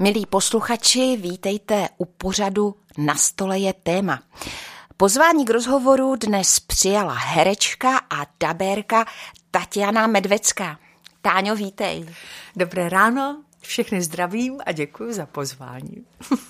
Milí posluchači, vítejte u pořadu Na stole je téma. Pozvání k rozhovoru dnes přijala herečka a dabérka Tatiana Medvecká. Táňo, vítej. Dobré ráno, všechny zdravím a děkuji za pozvání.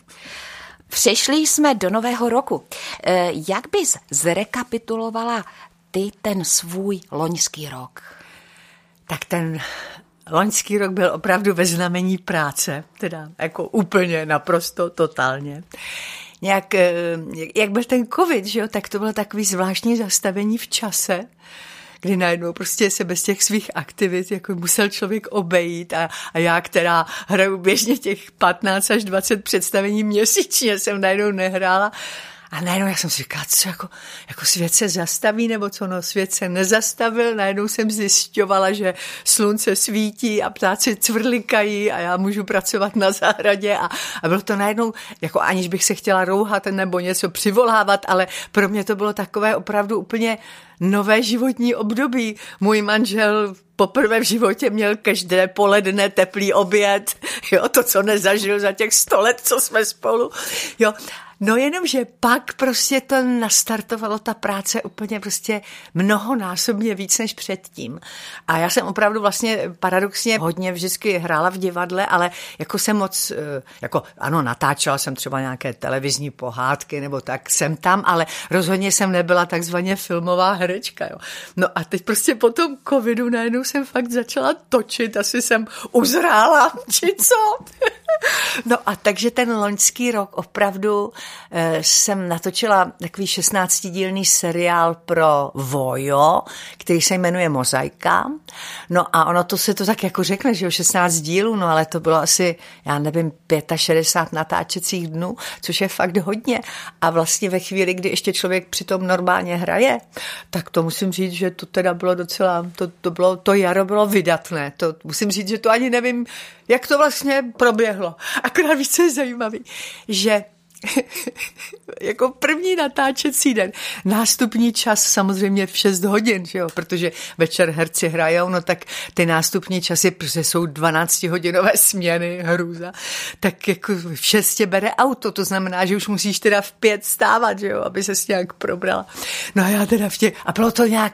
Přišli jsme do nového roku. Jak bys zrekapitulovala ty ten svůj loňský rok? Tak ten loňský rok byl opravdu ve znamení práce, teda jako úplně naprosto totálně. Nějak, jak byl ten covid, že jo, tak to bylo takový zvláštní zastavení v čase, kdy najednou prostě se bez těch svých aktivit jako musel člověk obejít a já, která hraju běžně těch 15 až 20 představení měsíčně, jsem najednou nehrála. A najednou já jsem si říkala, co jako svět se zastaví, nebo co, no svět se nezastavil, najednou jsem zjišťovala, že slunce svítí a ptáci cvrlikají a já můžu pracovat na zahradě a bylo to najednou, jako aniž bych se chtěla rouhat nebo něco přivolávat, ale pro mě to bylo takové opravdu úplně nové životní období. Můj manžel poprvé v životě měl každé poledne teplý oběd, jo, to, co nezažil za těch 100 let, co jsme spolu, jo. No jenomže pak prostě to nastartovalo ta práce úplně prostě mnohonásobně víc než předtím. A já jsem opravdu vlastně paradoxně hodně vždycky hrála v divadle, ale jako jsem moc, jako ano, natáčela jsem třeba nějaké televizní pohádky nebo tak jsem tam, ale rozhodně jsem nebyla takzvaně filmová herečka, jo. No a teď prostě po tom covidu najednou jsem fakt začala točit, asi jsem uzrála, či co? No a takže ten loňský rok opravdu jsem natočila takový 16dílný seriál pro Vojo, který se jmenuje Mozaika. No a ono to se to tak jako řekne, že jo, 16 dílů, no ale to bylo asi, já nevím, 65 natáčecích dnů, což je fakt hodně. A vlastně ve chvíli, kdy ještě člověk přitom normálně hraje, tak to musím říct, že to teda bylo docela, to jaro bylo vydatné. To musím říct, že to ani nevím, jak to vlastně proběhlo. Akorát víc, co je zajímavý, že jako první natáčecí den, nástupní čas samozřejmě v 6 hodin, že jo? Protože večer herci hrajou, no tak ty nástupní časy, protože jsou 12hodinové směny, hrůza, tak jako v 6 bere auto, to znamená, že už musíš teda v 5 stávat, že jo? Aby ses nějak probrala. No a já teda a bylo to nějak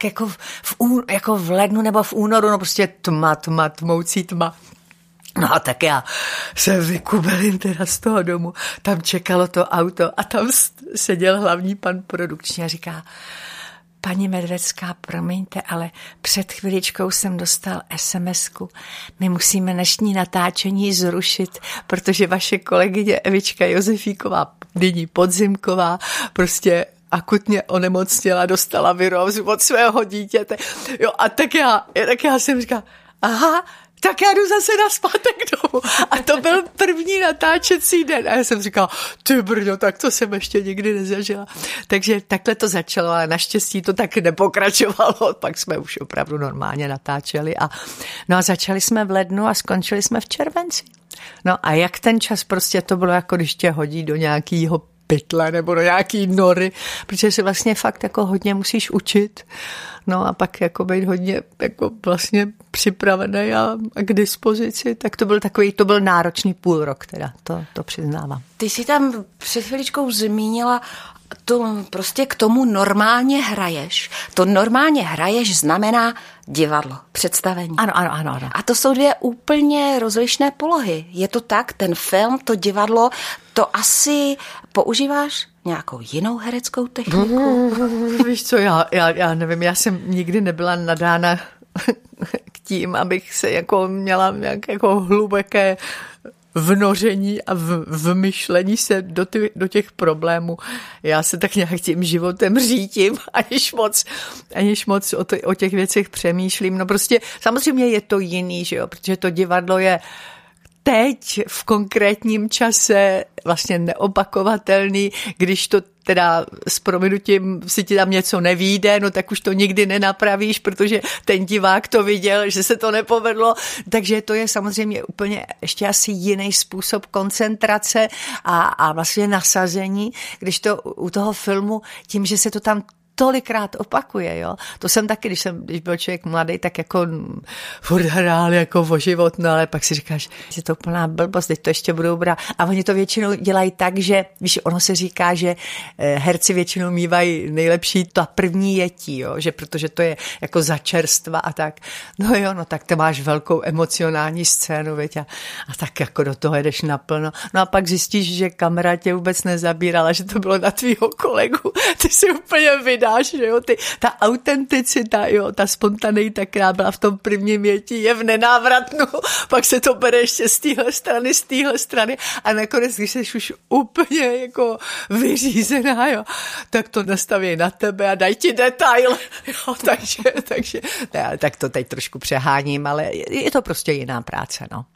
jako v lednu nebo v únoru, no prostě tmoucí tma. No a tak já se vykubelím teda z toho domu, tam čekalo to auto a tam seděl hlavní pan produkční a říká: paní Medvecká, promiňte, ale před chviličkou jsem dostal SMS-ku. My musíme dnešní natáčení zrušit, protože vaše kolegyně Evička Josefíková, nyní Podzimková, prostě akutně onemocněla, dostala virózu od svého dítěte. Jo, a tak já jsem říkala, aha, tak já jdu zase nazpátek domů. A to byl první natáčecí den. A já jsem říkala, ty brďo, tak to jsem ještě nikdy nezažila. Takže takhle to začalo, ale naštěstí to tak nepokračovalo. Pak jsme už opravdu normálně natáčeli. A začali jsme v lednu a skončili jsme v červenci. No a jak ten čas prostě to bylo, jako když tě hodí do nějakého pytle nebo do nějaký nory, protože se vlastně fakt jako hodně musíš učit. No a pak jako být hodně jako vlastně připravený a k dispozici, tak to byl náročný půlrok teda, to přiznávám. Ty jsi tam před chviličkou zmínila, to prostě k tomu normálně hraješ. To normálně hraješ znamená divadlo, představení. Ano. A to jsou dvě úplně rozlišné polohy. Je to tak? Ten film, to divadlo, to asi používáš nějakou jinou hereckou techniku? Víš co, já nevím, já jsem nikdy nebyla nadána k tím, abych se jako měla nějaké jako hluboké vnoření a vmyšlení se do těch problémů. Já se tak nějak tím životem řítím, aniž moc o těch věcech přemýšlím. No prostě samozřejmě je to jiný, že jo, protože to divadlo je teď v konkrétním čase vlastně neopakovatelný, když to teda s prominutím si ti tam něco nevyjde, no tak už to nikdy nenapravíš, protože ten divák to viděl, že se to nepovedlo, takže to je samozřejmě úplně ještě asi jiný způsob koncentrace a vlastně nasazení, když to u toho filmu, tím, že se to tam tolikrát opakuje, jo. To jsem taky, když byl člověk mladý, tak jako furt hrál jako o život, no ale pak si říkáš, že to plná blbost, teď to ještě budou brát. A oni to většinou dělají tak, že, víš, ono se říká, že herci většinou mívají nejlepší ta první jetí, jo, že protože to je jako za čerstva a tak. No jo, no tak to máš velkou emocionální scénu, viď, a tak jako do toho jedeš naplno. No a pak zjistíš, že kamera tě vůbec nezabírala, že to bylo na tvýho kolegu. Ty si úplně vydáš, že jo, ta autenticita, jo, ta spontaneita, která byla v tom prvním jetí, je v nenávratnu. Pak se to bere ještě z téhle strany a nakonec, když jsi už úplně jako vyřízená, jo, tak to nastaví na tebe a dají ti detail. Jo, takže tak to teď trošku přeháním, ale je to prostě jiná práce, no.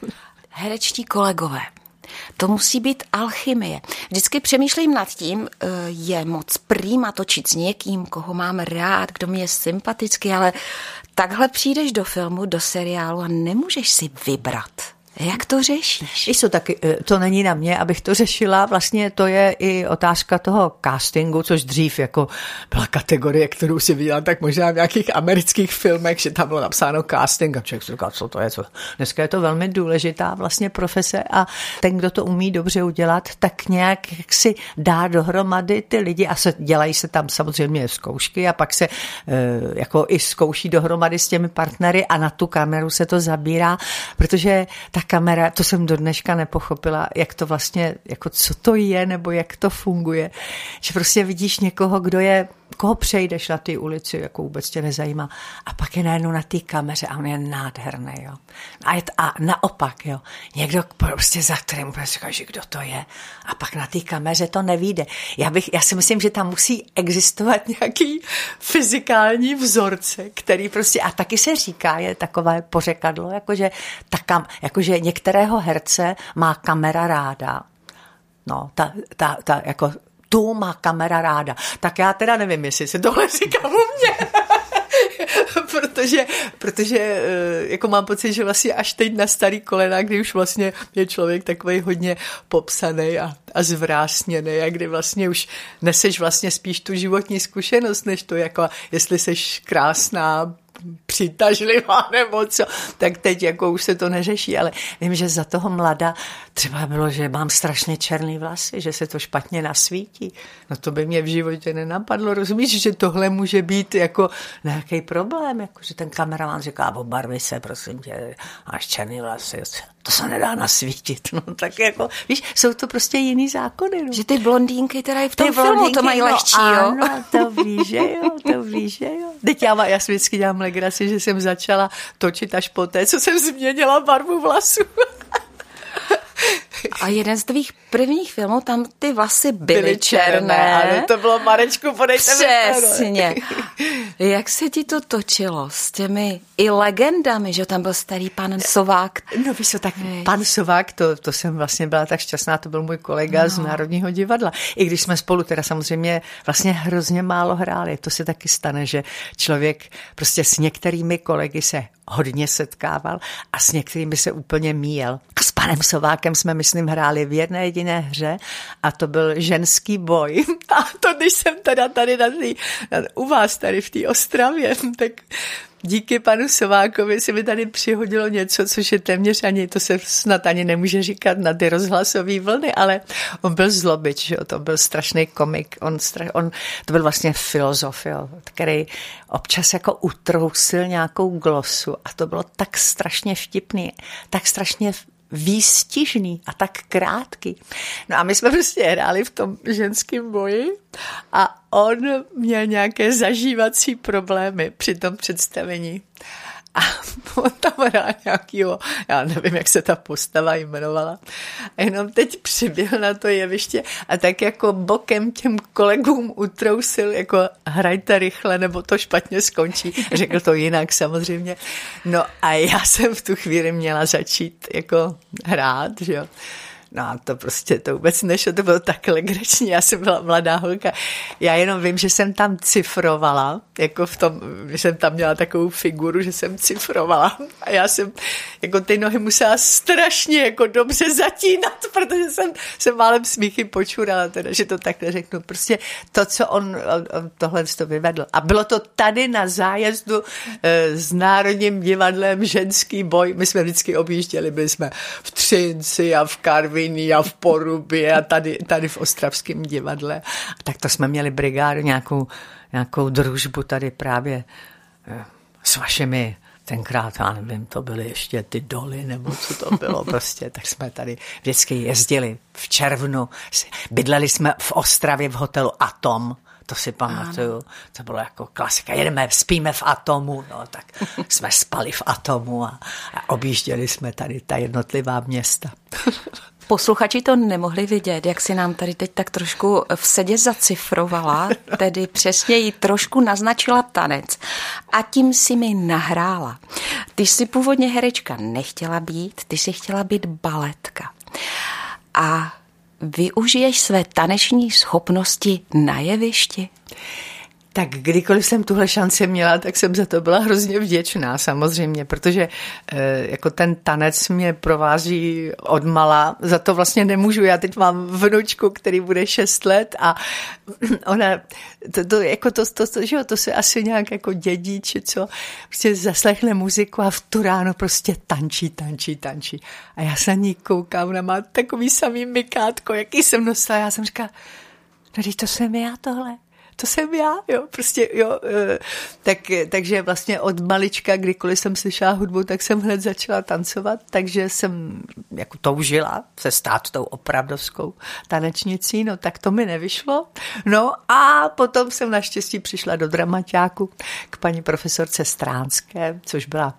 Herečtí kolegové, to musí být alchymie. Vždycky přemýšlím nad tím, je moc prýma točit s někým, koho mám rád, kdo mi je sympatický, ale takhle přijdeš do filmu, do seriálu a nemůžeš si vybrat. Jak to řešíš? Víš co, taky to není na mě, abych to řešila. Vlastně to je i otázka toho castingu, což dřív jako byla kategorie, kterou si viděla tak možná v nějakých amerických filmech, že tam bylo napsáno casting a člověk si říkal, co to je. Dneska je to velmi důležitá vlastně profese a ten, kdo to umí dobře udělat, tak nějak si dá dohromady ty lidi a dělají se tam samozřejmě zkoušky a pak se jako i zkouší dohromady s těmi partnery a na tu kameru se to zabírá, protože ta kamera, to jsem do dneška nepochopila, jak to vlastně, jako co to je, nebo jak to funguje. Že prostě vidíš někoho, koho přejdeš na té ulici, jako vůbec tě nezajímá. A pak je najednou na té kameře a on je nádherný, jo. A naopak, jo. Někdo prostě za kterým úplně říká, že kdo to je. A pak na té kameře to nevyjde. Já si myslím, že tam musí existovat nějaký fyzikální vzorce, který prostě, a taky se říká, je takové pořekadlo, jakože některého herce má kamera ráda. No, jako tu má kamera ráda. Tak já teda nevím, jestli se tohle říká o mně. protože jako mám pocit, že vlastně až teď na starý kolena, kdy už vlastně je člověk takovej hodně popsaný a zvrásněný a kdy vlastně už neseš vlastně spíš tu životní zkušenost, než to jako, jestli seš krásná, přitažlivá nebo co, tak teď jako už se to neřeší, ale vím, že za toho mlada třeba bylo, že mám strašně černý vlasy, že se to špatně nasvítí. No to by mě v životě nenapadlo, rozumíš, že tohle může být jako nějaký problém, jako že ten kameraman říká, obarvi se, prosím tě, máš černý vlasy, to se nedá nasvítit, no tak jako, víš, jsou to prostě jiný zákony. No. Že ty blondýnky teda i v tom filmu to mají lehčí, jo? Ano, to víš, že jo. Teď já si vždycky dělám legraci, že jsem začala točit až poté, co jsem změnila barvu vlasů. A jeden z tvých prvních filmů, tam ty vlasy byly černé. Ano, to bylo, Marečku, podejte mi. Přesně. Jak se ti to točilo s těmi i legendami, že tam byl starý pan Sovák? No víš co, tak pan Sovák, to jsem vlastně byla tak šťastná, to byl můj kolega z Národního divadla. I když jsme spolu teda samozřejmě vlastně hrozně málo hráli, to se taky stane, že člověk prostě s některými kolegy se hodně setkával a s některými se úplně míjel. A s panem Sovákem jsme, myslím, hráli v jedné jediné hře a to byl ženský boj. A to, když jsem teda tady u vás tady v té Ostravě, tak díky panu Sovákovi se mi tady přihodilo něco, což je téměř ani, to se snad ani nemůže říkat na ty rozhlasové vlny, ale on byl zlobič, že jo, to byl strašný komik, on to byl vlastně filozof, jo, který občas jako utrousil nějakou glosu a to bylo tak strašně vtipný, tak strašně výstižný a tak krátký. No a my jsme prostě hráli v tom ženském boji a on měl nějaké zažívací problémy při tom představení. A on tam hrál nějakýho, já nevím, jak se ta postava jmenovala, a jenom teď přiběhl na to jeviště a tak jako bokem těm kolegům utrousil, jako hrajte rychle, nebo to špatně skončí. Řekl to jinak samozřejmě. No a já jsem v tu chvíli měla začít jako hrát, že jo. No a to prostě to vůbec nešlo, to bylo tak legrační, já jsem byla mladá holka. Já jenom vím, že jsem tam cifrovala, jako v tom, že jsem tam měla takovou figuru, že jsem cifrovala a já jsem jako ty nohy musela strašně jako dobře zatínat, protože jsem málem smíchy počurala, teda, že to takhle řeknu. Prostě to, co on tohle to vyvedl. A bylo to tady na zájezdu s Národním divadlem Ženský boj. My jsme vždycky objížděli, byli jsme v Třinci a v Karviní a v Porubě a tady v Ostravském divadle. A tak to jsme měli brigádu, nějakou družbu tady právě s vašimi, tenkrát, já nevím, to byly ještě ty doly, nebo co to bylo prostě, tak jsme tady vždycky jezdili v červnu. Bydleli jsme v Ostravě v hotelu Atom, to si pamatuju, to bylo jako klasika. Spíme v Atomu, no tak jsme spali v Atomu a objížděli jsme tady ta jednotlivá města. Posluchači to nemohli vidět, jak si nám tady teď tak trošku v sedě zacifrovala, tedy přesně jí trošku naznačila tanec a tím si mi nahrála. Ty jsi původně herečka nechtěla být, ty jsi chtěla být baletka. A využiješ své taneční schopnosti na jevišti? Tak kdykoliv jsem tuhle šanci měla, tak jsem za to byla hrozně vděčná samozřejmě, protože jako ten tanec mě provází odmala, za to vlastně nemůžu, já teď mám vnučku, který bude 6 let a ona, to se asi nějak jako dědí, či co, prostě zaslechne muziku a v tu ráno prostě tančí. A já se na ní koukám, ona má takový samý mikátko, jaký jsem nosila, já jsem říkala, no to jsem já tohle. To jsem já, jo, prostě, jo. Takže vlastně od malička, kdykoliv jsem slyšela hudbu, tak jsem hned začala tancovat, takže jsem jako toužila se stát tou opravdovskou tanečnicí, no tak to mi nevyšlo. No a potom jsem naštěstí přišla do dramaťáku k paní profesorce Stránské, což byla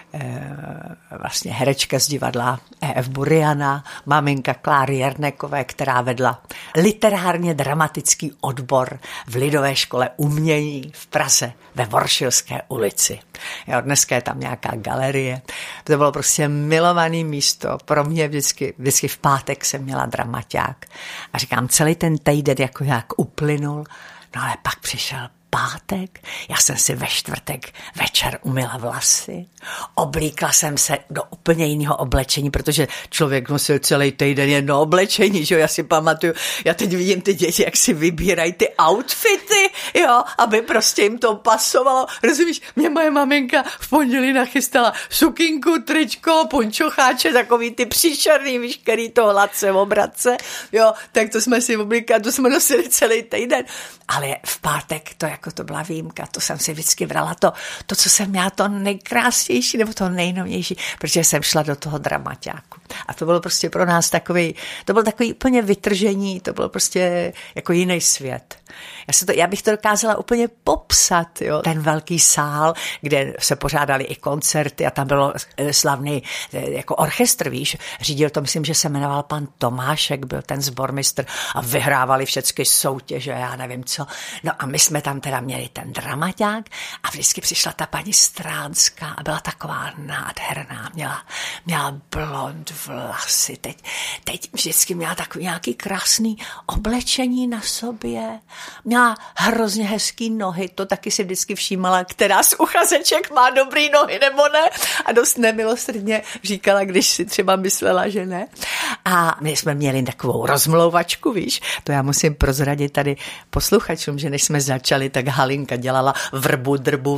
vlastně herečka z divadla E.F. Buriana, maminka Kláry Jernekové, která vedla literárně dramatický odbor v Lidové škole umění v Praze ve Voršilské ulici. Jo, dneska je tam nějaká galerie. To bylo prostě milované místo. Pro mě vždycky v pátek jsem měla dramaťák. A říkám, celý ten týden jako jak uplynul, no ale pak přišel pátek, já jsem si ve čtvrtek večer umyla vlasy, oblíkla jsem se do úplně jiného oblečení, protože člověk nosil celý týden jedno oblečení, že jo, já si pamatuju, já teď vidím ty děti, jak si vybírají ty outfity, jo, aby prostě jim to pasovalo, rozumíš, mě moje maminka v pondělí nachystala sukinku, tričko, punčocháče, takový ty příšerný, víš, který to hladce obratce, jo, tak to jsme si oblíkali, to jsme nosili celý týden, ale v pátek to byla výjimka, to jsem si vždycky vrala to, co jsem měla to nejkrásnější nebo to nejnovější, protože jsem šla do toho dramaťáku. A to bylo prostě pro nás takový úplně vytržení, to bylo prostě jako jiný svět. Já bych to dokázala úplně popsat, jo. Ten velký sál, kde se pořádali i koncerty a tam bylo slavný jako orchestr, víš, řídil to, myslím, že se jmenoval pan Tomášek, byl ten sbormistr a vyhrávali všechny soutěže, já nevím co. No a my jsme tam teda měli ten dramaťák a vždycky přišla ta paní Stránská a byla taková nádherná, měla blond vlasy, teď vždycky měla takový nějaký krásný oblečení na sobě, měla hrozně hezký nohy, to taky si vždycky všímala, která z uchazeček má dobrý nohy nebo ne a dost nemilosrdně říkala, když si třeba myslela, že ne. A my jsme měli takovou rozmlouvačku, víš, to já musím prozradit tady posluchačům, že než jsme začali, tak Halinka dělala vrbu,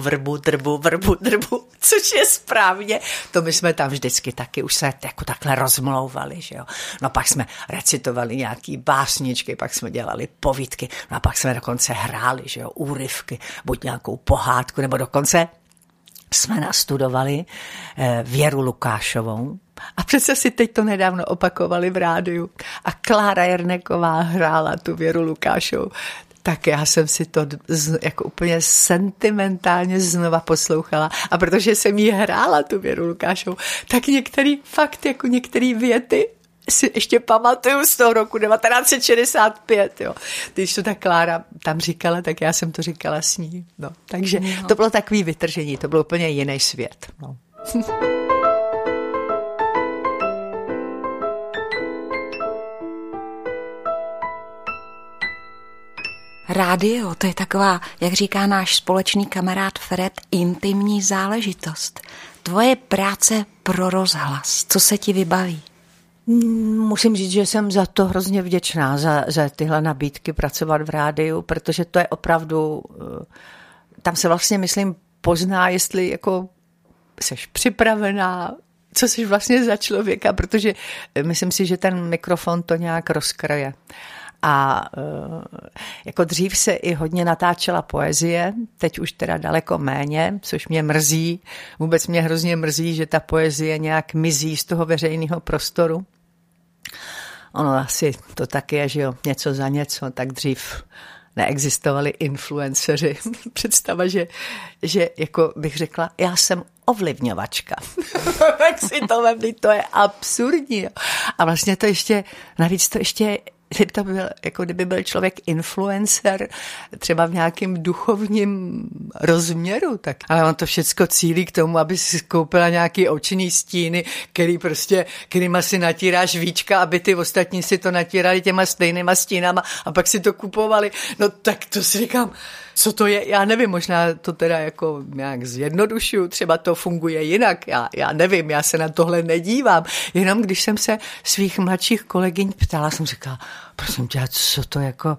drbu, což je správně. To my jsme tam vždycky taky už se jako takhle rozmlouvali, že jo. No pak jsme recitovali nějaký básničky, pak jsme dělali povídky, no a pak jsme dokonce hráli, že jo, úryvky, buď nějakou pohádku, nebo dokonce jsme nastudovali Věru Lukášovou. A přece si teď to nedávno opakovali v rádiu. A Klára Jerneková hrála tu Věru Lukášovou. Tak já jsem si to jako úplně sentimentálně znova poslouchala. A protože jsem jí hrála tu Věru Lukášovou, tak některé věty si ještě pamatuju z toho roku 1965, jo. Když to ta Klára tam říkala, tak já jsem to říkala s ní, no. Takže to bylo takový vytržení, to byl úplně jiný svět, no. Rádio, to je taková, jak říká náš společný kamarád Fred, intimní záležitost. Tvoje práce pro rozhlas, co se ti vybaví? Musím říct, že jsem za to hrozně vděčná, za tyhle nabídky pracovat v rádiu, protože to je opravdu, tam se vlastně, myslím, pozná, jestli jako seš připravená, co jsi vlastně za člověka, protože myslím si, že ten mikrofon to nějak rozkroje. A jako dřív se i hodně natáčela poezie, teď už teda daleko méně, což mě mrzí. Vůbec mě hrozně mrzí, že ta poezie nějak mizí z toho veřejného prostoru. Ono asi to tak je, že jo, něco za něco, tak dřív neexistovali influenceři. Představa, že jako bych řekla, já jsem ovlivňovačka. Tak si to vemli, to je absurdní. A vlastně to ještě, navíc to ještě, to byl, jako kdyby byl člověk influencer, třeba v nějakém duchovním rozměru, tak. Ale on to všecko cílí k tomu, aby si koupila nějaký oční stíny, kterýma si natíráš víčka, aby ty ostatní si to natírali těma stejnýma stínama a pak si to kupovali. No tak to si říkám, co to je, já nevím, možná to teda jako nějak zjednodušuju, třeba to funguje jinak, já nevím, já se na tohle nedívám, jenom když jsem se svých mladších kolegyň ptala, jsem říkala, prosím tě, co to jako,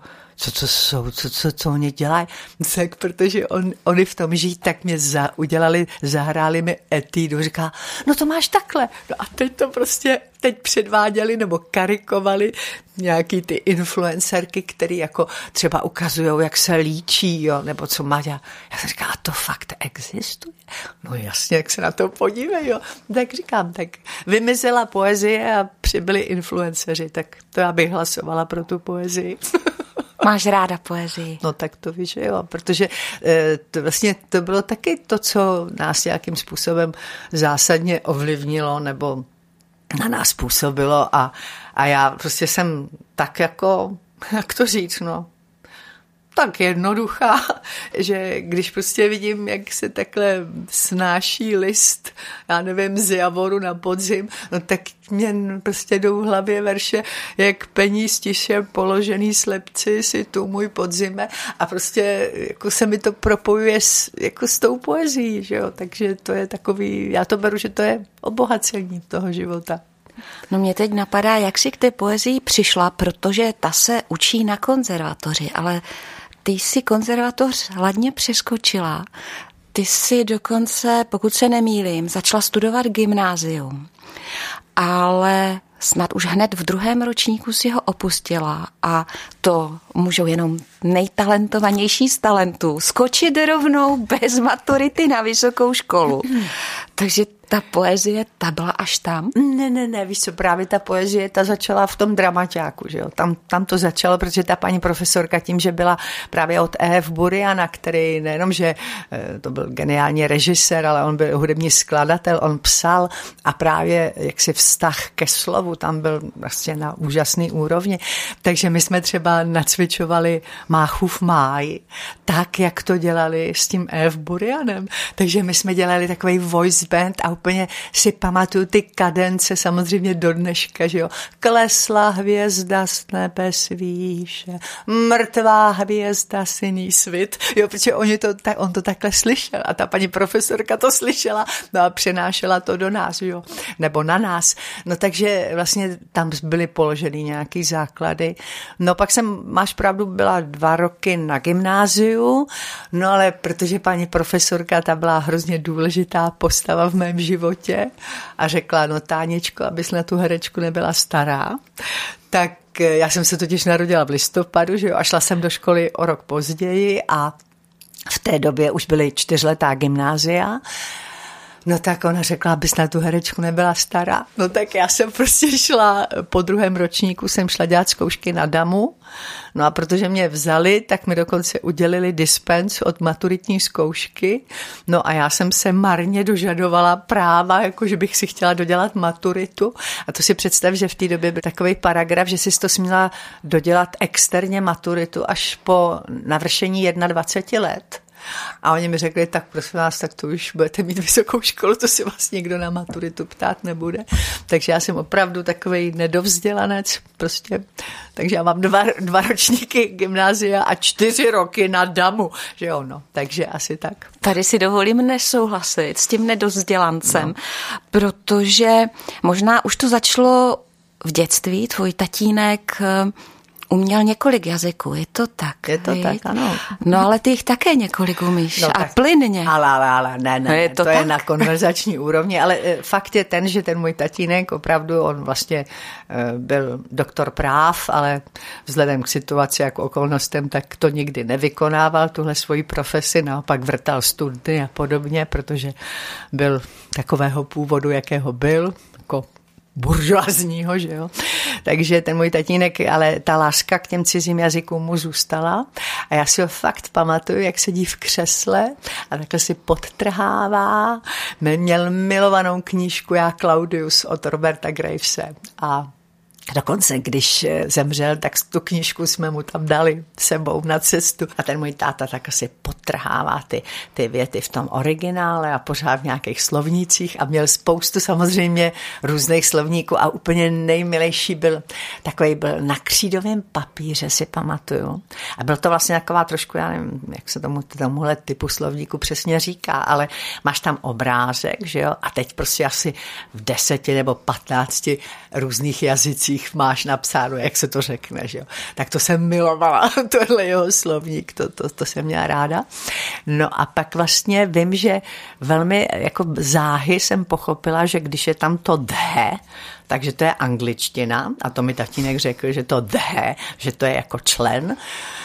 co oni dělají, tak protože oni v tom žijí, tak mě zahráli mi etídu, říká, no to máš takhle, no a teď to prostě, předváděli nebo karikovali nějaký ty influencerky, který jako třeba ukazujou, jak se líčí, jo, nebo co má dělat. Já jsem říkala, a to fakt existuje? No jasně, jak se na to podívej, jo. Tak říkám, tak vymizela poezie a přibyli influenceři, tak to já bych hlasovala pro tu poezii. Máš ráda poezii? No tak to víš, jo, protože vlastně to bylo taky to, co nás nějakým způsobem zásadně ovlivnilo, nebo na nás působilo a já prostě jsem tak jako, jak to říct, no, tak jednoduchá, že když prostě vidím, jak se takhle snáší list, já nevím, z javoru na podzim, no tak mě prostě jdou v hlavě verše, jak peníz tiše položený slepci si tu můj podzime a prostě jako se mi to propojuje jako s tou poezií, že jo, takže to je takový, já to beru, že to je obohacení toho života. No mě teď napadá, jak jsi k té poezii přišla, protože ta se učí na konzervatoři, ale ty jsi konzervatoř hladně přeskočila. Ty jsi dokonce, pokud se nemýlím, začala studovat gymnázium, ale snad už hned v 2. ročníku si ho opustila a to můžou jenom nejtalentovanější z talentů skočit rovnou bez maturity na vysokou školu. Takže ta poezie, ta byla až tam? Ne, víš co, právě ta poezie, ta začala v tom dramaťáku, že jo, tam to začalo, protože ta paní profesorka tím, že byla právě od E.F. Buriana, který nejenom, že to byl geniální režisér, ale on byl hudební skladatel, on psal a právě jaksi vztah ke slovu, tam byl vlastně na úžasný úrovni, takže my jsme třeba nacvičovali Máchův máj, tak, jak to dělali s tím E.F. Burianem, takže my jsme dělali takový voice band a úplně si pamatuju ty kadence, samozřejmě do dneška, že jo. Klesla hvězda z nebe svíše, mrtvá hvězda syný svit. Jo, protože on to takhle slyšel a ta paní profesorka to slyšela, no a přenášela to do nás, jo, nebo na nás. No takže vlastně tam byly položeny nějaký základy. No pak máš pravdu, byla 2 roky na gymnáziu, no ale protože paní profesorka, ta byla hrozně důležitá postava v mém životě a řekla, no Táničko, abys na tu herečku nebyla stará, tak já jsem se totiž narodila v listopadu, že jo, a šla jsem do školy o rok později a v té době už byly 4letá gymnázia. No tak ona řekla, abys na tu herečku nebyla stará. No tak já jsem prostě šla, po 2. ročníku jsem šla dělat zkoušky na DAMu. No a protože mě vzali, tak mi dokonce udělili dispens od maturitní zkoušky. No a já jsem se marně dožadovala práva, jako že bych si chtěla dodělat maturitu. A to si představ, že v té době byl takový paragraf, že jsi to směla dodělat externě maturitu až po navršení 21 let. A oni mi řekli, tak prosím vás, tak to už budete mít vysokou školu, to si vás nikdo na maturitu ptát nebude. Takže já jsem opravdu takovej nedovzdělanec prostě. Takže já mám 2 ročníky gymnázia a 4 roky na damu, že jo, no. Takže asi tak. Tady si dovolím nesouhlasit s tím nedovzdělancem, protože možná už to začalo v dětství, tvůj tatínek uměl několik jazyků, je to tak? Je to tak, ano. No ale ty jich také několik umíš a tak, plynně. Ale ne, je to je na konverzační úrovni, ale fakt je ten, že ten můj tatínek opravdu, on vlastně byl doktor práv, ale vzhledem k situaci a k okolnostem, tak to nikdy nevykonával, tuhle svoji profesi, naopak vrtal study a podobně, protože byl takového původu, jakého byl, jako buržoazního, že jo. Takže ten můj tatínek, ale ta láska k těm cizím jazykům mu zůstala a já si ho fakt pamatuju, jak sedí v křesle a takhle si podtrhává. Měl milovanou knížku Já Claudius od Roberta Gravese a dokonce, když zemřel, tak tu knížku jsme mu tam dali sebou na cestu. A ten můj táta tak asi podtrhává ty věty v tom originále a pořád v nějakých slovnících a měl spoustu samozřejmě různých slovníků a úplně nejmilejší byl na křídovém papíře, si pamatuju. A byl to vlastně taková trošku, já nevím, jak se tomuhle typu slovníku přesně říká, ale máš tam obrázek, že jo? A teď prostě asi v 10 nebo 15 různých jazycích máš napsáno, jak se to řekne, že jo. Tak to jsem milovala, tohle jeho slovník, to jsem měla ráda. No a pak vlastně vím, že velmi jako záhy jsem pochopila, že když je tam to the, takže to je angličtina a to mi tatínek řekl, že to the, že to je jako člen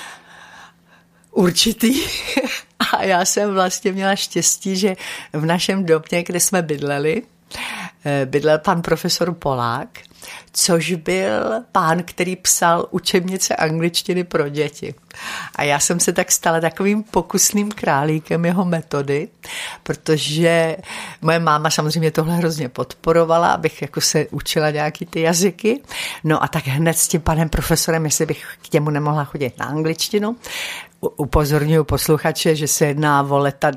určitý. A já jsem vlastně měla štěstí, že v našem domě, kde jsme bydlel pan profesor Polák, což byl pán, který psal učebnice angličtiny pro děti. A já jsem se tak stala takovým pokusným králíkem jeho metody, protože moje máma samozřejmě tohle hrozně podporovala, abych jako se učila nějaký ty jazyky. No a tak hned s tím panem profesorem, jestli bych k němu nemohla chodit na angličtinu. Upozorňuji posluchače, že se jedná o leta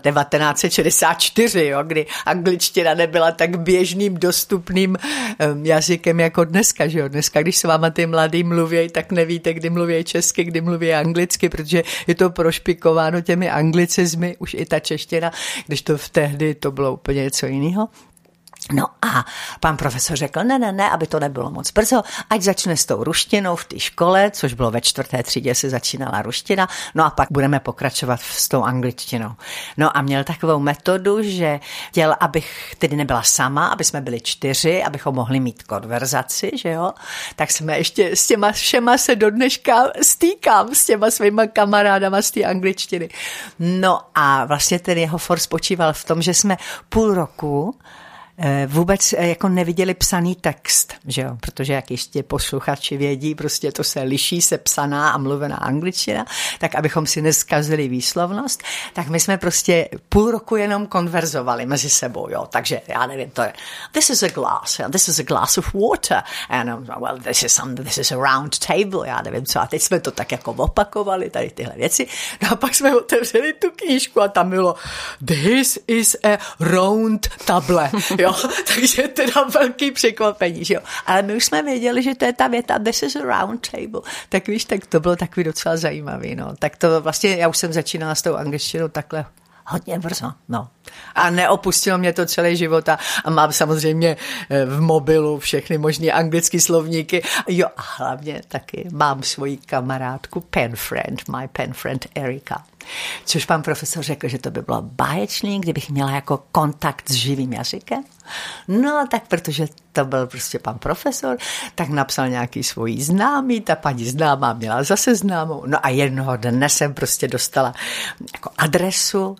1964, jo, kdy angličtina nebyla tak běžným, dostupným jazykem jako dneska. Že jo? Dneska, když s váma ty mladý mluví, tak nevíte, kdy mluví česky, kdy mluví anglicky, protože je to prošpikováno těmi anglicizmy, už i ta čeština, když to v tehdy to bylo úplně něco jiného. No a pan profesor řekl, ne, aby to nebylo moc brzo, ať začne s tou ruštinou v té škole, což bylo ve 4. třídě se začínala ruština, no a pak budeme pokračovat s tou angličtinou. No a měl takovou metodu, že chtěl, abych tedy nebyla sama, aby jsme byli 4, abychom mohli mít konverzaci, že jo, tak jsme ještě s těma všema se do dneška stýkám, s těma svýma kamarádama z té angličtiny. No a vlastně ten jeho for spočíval v tom, že jsme půl roku vůbec jako neviděli psaný text, že jo? Protože jak jistě posluchači vědí, prostě to se liší, se psaná a mluvená angličtina, tak abychom si neskazili výslovnost, tak my jsme prostě půl roku jenom konverzovali mezi sebou, jo? Takže já nevím, to je this is a glass of water and well, this is a round table, já nevím co, a teď jsme to tak jako opakovali, tady tyhle věci, no a pak jsme otevřeli tu knížku a tam bylo this is a round table, jo? Takže teda velký překvapení, že jo. Ale my už jsme věděli, že to je ta věta this is a round table. Tak víš, tak to bylo takový docela zajímavý, no. Tak to vlastně, já už jsem začínala s tou angličtinou takhle hodně brzo, no. A neopustilo mě to celý život a mám samozřejmě v mobilu všechny možné anglické slovníky. Jo, a hlavně taky mám svoji kamarádku my pen friend Erika. Což pan profesor řekl, že to by bylo báječný, kdybych měla jako kontakt s živým jazykem. No tak protože to byl prostě pan profesor, tak napsal nějaký svůj známý, ta paní známá měla zase známou. No a jednoho dne jsem prostě dostala jako adresu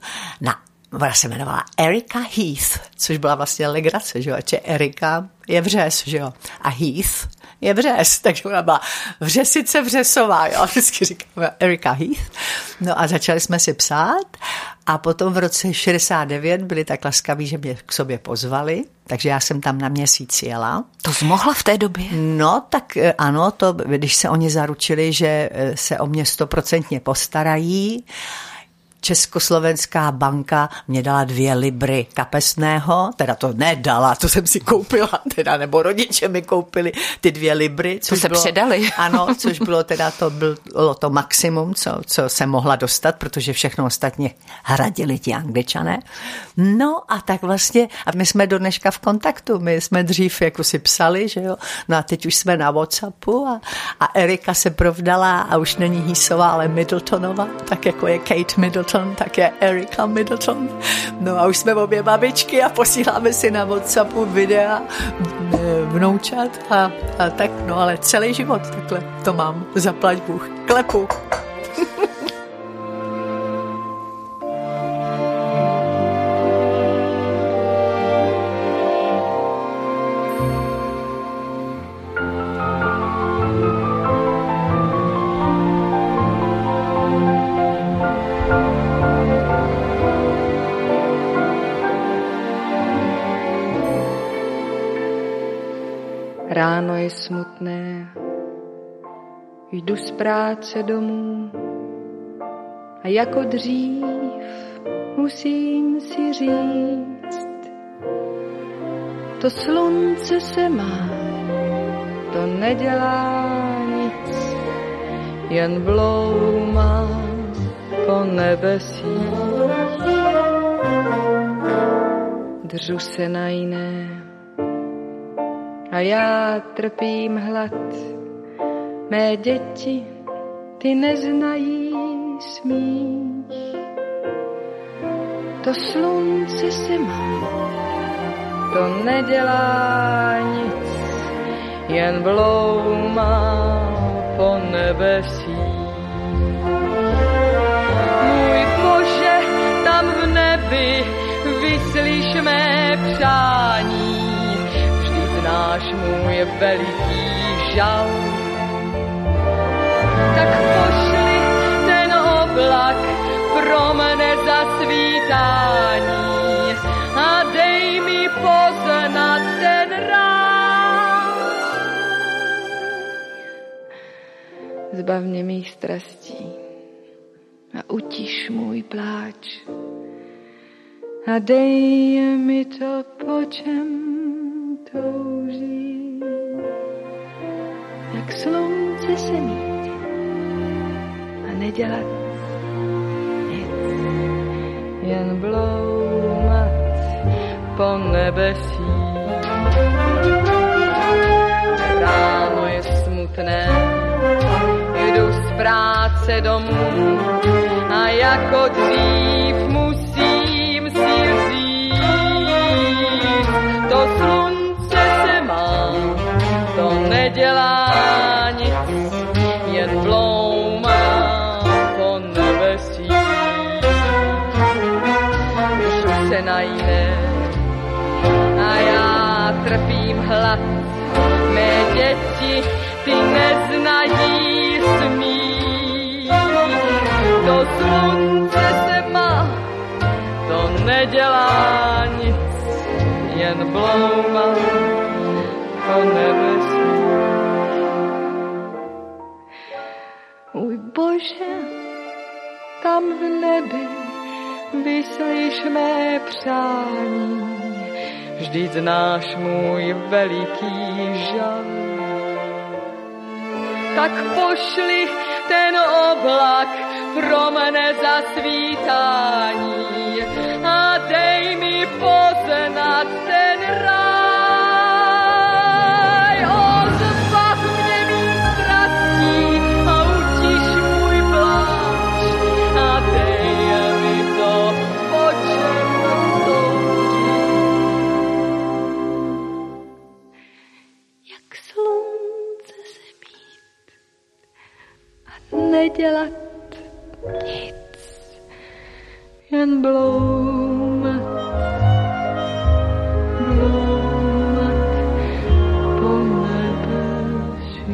ona se jmenovala Erika Heath, což byla vlastně legrace, že jo, že Erika je vřes, že jo, a Heath je vřes, takže ona byla vřesice vřesová, jo, vždycky říkáme Erika Heath. No a začali jsme si psát a potom v roce 69 byli tak laskaví, že mě k sobě pozvali, takže já jsem tam na měsíc jela. To jsi mohla v té době? No, tak ano, to, když se oni zaručili, že se o mě 100% postarají, Československá banka mě dala 2 libry kapesného, teda to nedala, to jsem si koupila, teda, nebo rodiče mi koupili ty 2 libry. To se předali. Ano, což bylo teda, to bylo to maximum, co jsem mohla dostat, protože všechno ostatně hradili ti Angličané. No a tak vlastně, a my jsme do dneška v kontaktu, my jsme dřív jako si psali, že jo, no a teď už jsme na WhatsAppu a Erika se provdala a už není Heasová, ale Middletonova, tak jako je Kate Middleton, tak je Erika Middleton. No a už jsme obě babičky a posíláme si na WhatsAppu videa vnoučat a tak, no ale celý život takhle to mám, zaplať Bůh, klepu. Ráno je smutné, jdu z práce domů a jako dřív musím si říct, to slunce se má, to nedělá nic, jen bloumá po nebesích. Držu se na jiné a já trpím hlad. Mé děti, ty neznají smích. To slunce se má, to nedělá nic, jen bloumá po nebesích. Můj Bože, tam v nebi vyslíš mé přání, znáš můj veliký žal. Tak pošli ten oblak pro mne zasvítání a dej mi poznat ten ráj. Zbav mě mých strastí a utiš můj pláč a dej mi to, po čem touží, jak slunce se mít a nedělat nic, jen bloumat po nebesích. Ráno je smutné, jdu z práce domů a jako dřív musím si říct, to slunce to nedělá nic, jen bloumá po nebesích. Držu se na jiné a já trpím hlad. Mé děti, ty neznají smích. To slunce se má, to nedělá nic, jen bloumá po nebesích. Můj Bože, tam v nebi vyslíš mé přání, vždyť znáš můj veliký žal. Tak pošli ten oblak pro mne zasvítání a dej mi poznat ten ráj. Nedělat nic, jen bloumat po nebesích.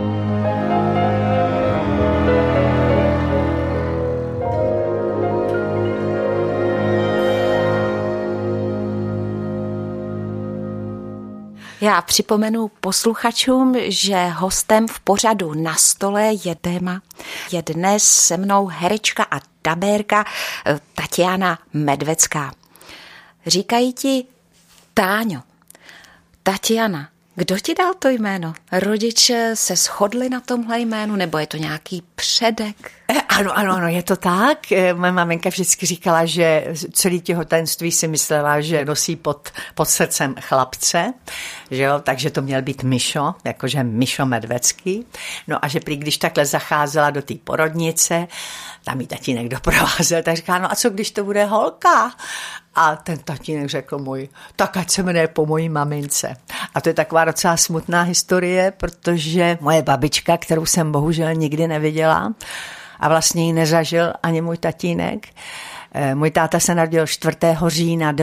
Já připomenu posluchačům, že hostem v pořadu Na stole je téma, Je dnes se mnou herečka a dabérka Tatiana Medvecká. Říkají ti Táňo. Tatiana, kdo ti dal to jméno? Rodiče se shodli na tomhle jménu, nebo je to nějaký předek? Ano, je to tak. Moje maminka vždycky říkala, že celý těhotenství si myslela, že nosí pod srdcem chlapce, že jo? Takže to měl být Mišo, jakože Mišo Medvecký. No a že prý, když takhle zacházela do té porodnice, tam jí tatínek doprovázel, tak říká, no a co když to bude holka? A ten tatínek řekl můj, tak ať se jmenuje po mojí mamince. A to je taková docela smutná historie, protože moje babička, kterou jsem bohužel nikdy neviděla a vlastně ji nezažil ani můj tatínek, můj táta se narodil 4. října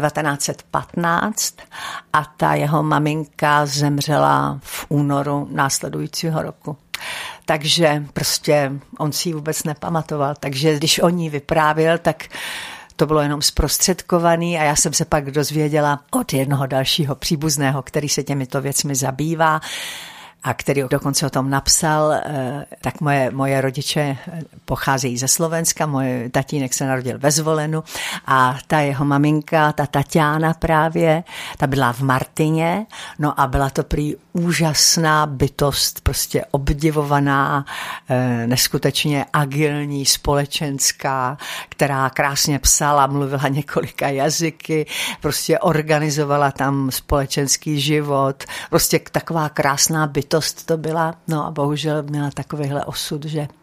1915 a ta jeho maminka zemřela v únoru následujícího roku. Takže prostě on si ji vůbec nepamatoval. Takže když on ní vyprávěl, tak to bylo jenom zprostředkovaný a já jsem se pak dozvěděla od jednoho dalšího příbuzného, který se těmito věcmi zabývá a který dokonce o tom napsal, tak moje rodiče pocházejí ze Slovenska, můj tatínek se narodil ve Zvolenu a ta jeho maminka, ta Tatiana právě, ta byla v Martině, no a byla to prý úžasná bytost, prostě obdivovaná, neskutečně agilní, společenská, která krásně psala, mluvila několika jazyky, prostě organizovala tam společenský život, prostě taková krásná bytost to byla, no a bohužel měla takovýhle osud,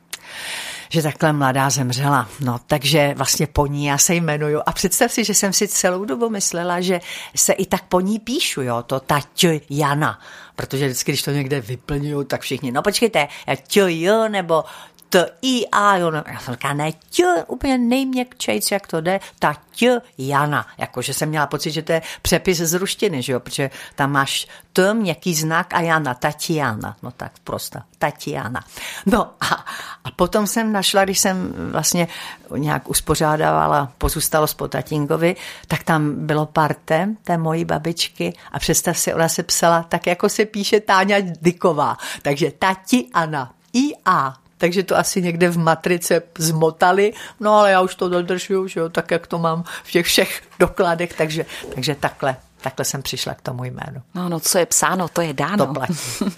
že takhle mladá zemřela. No, takže vlastně po ní já se jmenuju. A představ si, že jsem si celou dobu myslela, že se i tak po ní píšu, jo, to Tatiana. Protože vždycky, když to někde vyplňují, tak všichni, no počkejte, jo, nebo T-I-A, jo, no, já jsem říkala, ne, úplně nejměkčejc, jak to jde, Tatiana. Jakože jsem měla pocit, že to je přepis z ruštiny, že jo, protože tam máš T, měkký znak a Jana, Tatiana. No tak prostě, Tatiana. No a potom jsem našla, když jsem vlastně nějak uspořádávala pozůstalost po tatínkovi, tak tam bylo parte té mojí babičky a představ si, ona se psala tak, jako se píše Táňa Dyková. Takže Tatiana, I-A. Takže to asi někde v matrice zmotali, no ale já už to dodržuju, že jo, tak jak to mám v těch všech dokladech, takže takhle jsem přišla k tomu jménu. No, co je psáno, to je dáno. To platí.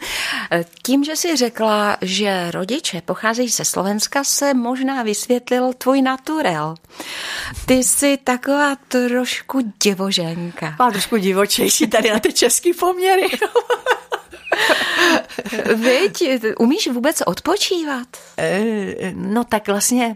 Tím, že jsi řekla, že rodiče pocházejí ze Slovenska, se možná vysvětlil tvůj naturel. Ty jsi taková trošku divoženka. Trošku divočejší tady na ty český poměry. Viď, umíš vůbec odpočívat? No tak vlastně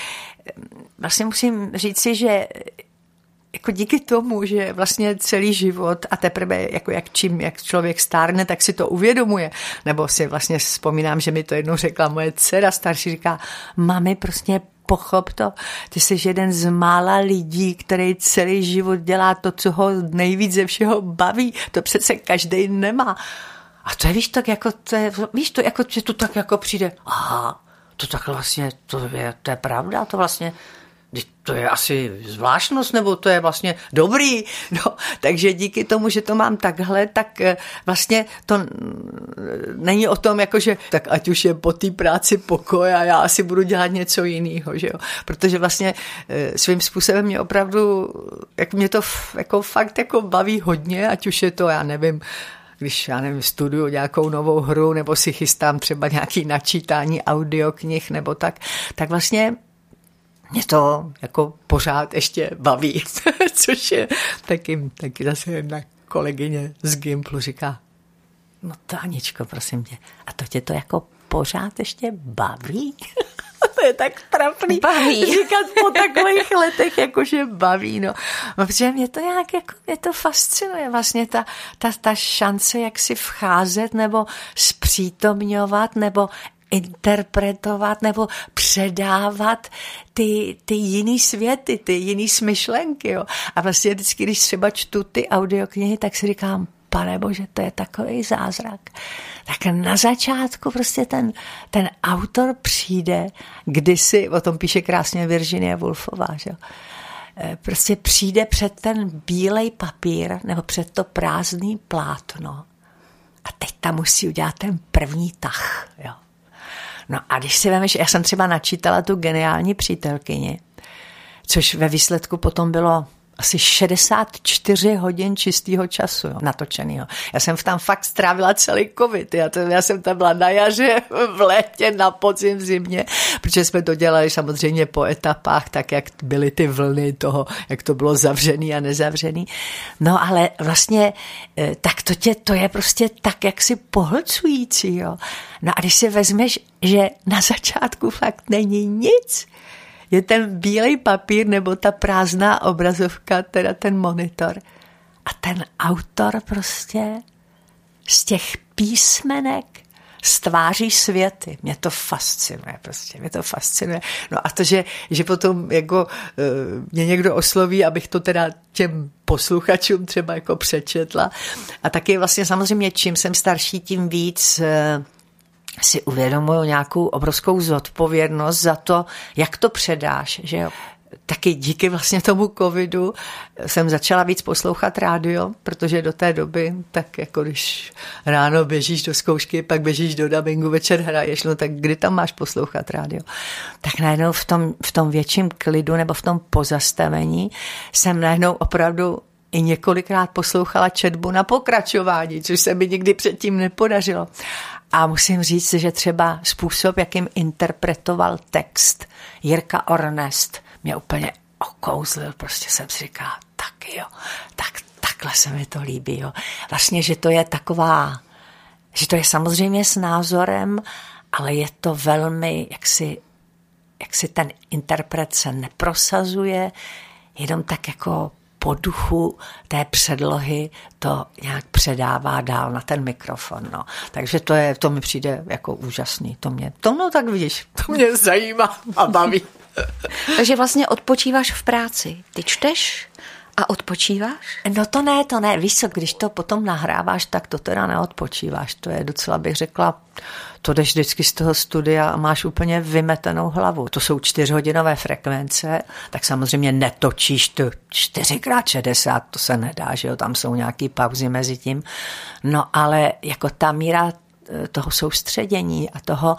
musím říci, že jako díky tomu, že vlastně celý život a teprve jako jak člověk stárne, tak si to uvědomuje. Nebo si vlastně vzpomínám, že mi to jednou řekla moje dcera starší, říká, mami, prostě pochop to, ty jsi jeden z mála lidí, který celý život dělá to, co ho nejvíc ze všeho baví. To přece každej nemá. A to je, víš, tak jako, že to tak jako přijde, aha, to tak vlastně, to je pravda, to vlastně, to je asi zvláštnost, nebo to je vlastně dobrý, no, takže díky tomu, že to mám takhle, tak vlastně to není o tom, jakože, tak ať už je po té práci pokoj a já asi budu dělat něco jiného, že jo, protože vlastně svým způsobem mě opravdu, jak mě to jako fakt jako baví hodně, ať už je to, já nevím, když, studuju nějakou novou hru, nebo si chystám třeba nějaký načítání audioknih, nebo tak vlastně mě to jako pořád ještě baví, což je taky zase jedna kolegyně z Gimplu říká, no Táničko, prosím tě, a to tě to jako pořád ještě baví? To je tak trapný říkat po takových letech, jakože baví, no. Protože mě to nějak, jako, mě to fascinuje vlastně ta šance, jak si vcházet, nebo zpřítomňovat, nebo interpretovat, nebo předávat ty jiný světy, ty jiný smyšlenky, jo. A vlastně vždycky, když třeba čtu ty audioknihy, tak si říkám, Pane Bože, to je takový zázrak. Tak na začátku prostě ten autor přijde, kdysi, o tom píše krásně Virginia Woolfová, že? Prostě přijde před ten bílej papír nebo před to prázdný plátno a teď tam musí udělat ten první tah. Jo. No a když si vemeš, já jsem třeba načítala tu Geniální přítelkyni, což ve výsledku potom bylo asi 64 hodin čistého času, jo, natočenýho. Já jsem tam fakt strávila celý covid. Já jsem tam byla na jaře, v létě, na podzim, v zimě, protože jsme to dělali samozřejmě po etapách, tak jak byly ty vlny toho, jak to bylo zavřený a nezavřený. No ale vlastně tak to je prostě tak jaksi pohlcující, jo. No a když si vezmeš, že na začátku fakt není nic, je ten bílej papír nebo ta prázdná obrazovka, teda ten monitor. A ten autor prostě z těch písmenek stváří světy. Mě to fascinuje. No a to, že potom jako mě někdo osloví, abych to teda těm posluchačům třeba jako přečetla. A taky vlastně samozřejmě, čím jsem starší, tím víc si uvědomuju nějakou obrovskou zodpovědnost za to, jak to předáš, že jo. Taky díky vlastně tomu covidu jsem začala víc poslouchat rádio, protože do té doby, tak jako když ráno běžíš do zkoušky, pak běžíš do dabingu, večer hraješ, no tak kdy tam máš poslouchat rádio? Tak najednou v tom větším klidu nebo v tom pozastavení jsem najednou opravdu i několikrát poslouchala četbu na pokračování, což se mi nikdy předtím nepodařilo. A musím říct, že třeba způsob, jakým interpretoval text Jirka Ornest, mě úplně okouzlil. Prostě jsem si říkala, tak jo, takhle se mi to líbí. Jo. Vlastně, že to je taková, že to je samozřejmě s názorem, ale je to velmi, jak si ten interpret se neprosazuje, jenom tak jako po duchu té předlohy to nějak předává dál na ten mikrofon. No. Takže to mi přijde jako úžasný. No tak vidíš, to mě zajímá a baví. Takže vlastně odpočíváš v práci. Ty čteš a odpočíváš? No to ne. Víš co, když to potom nahráváš, tak to teda neodpočíváš. To je docela, bych řekla, to jdeš vždycky z toho studia a máš úplně vymetenou hlavu. To jsou 4hodinové frekvence, tak samozřejmě netočíš to 4x60, to se nedá, že jo, tam jsou nějaký pauzy mezi tím. No ale jako ta míra toho soustředění a toho,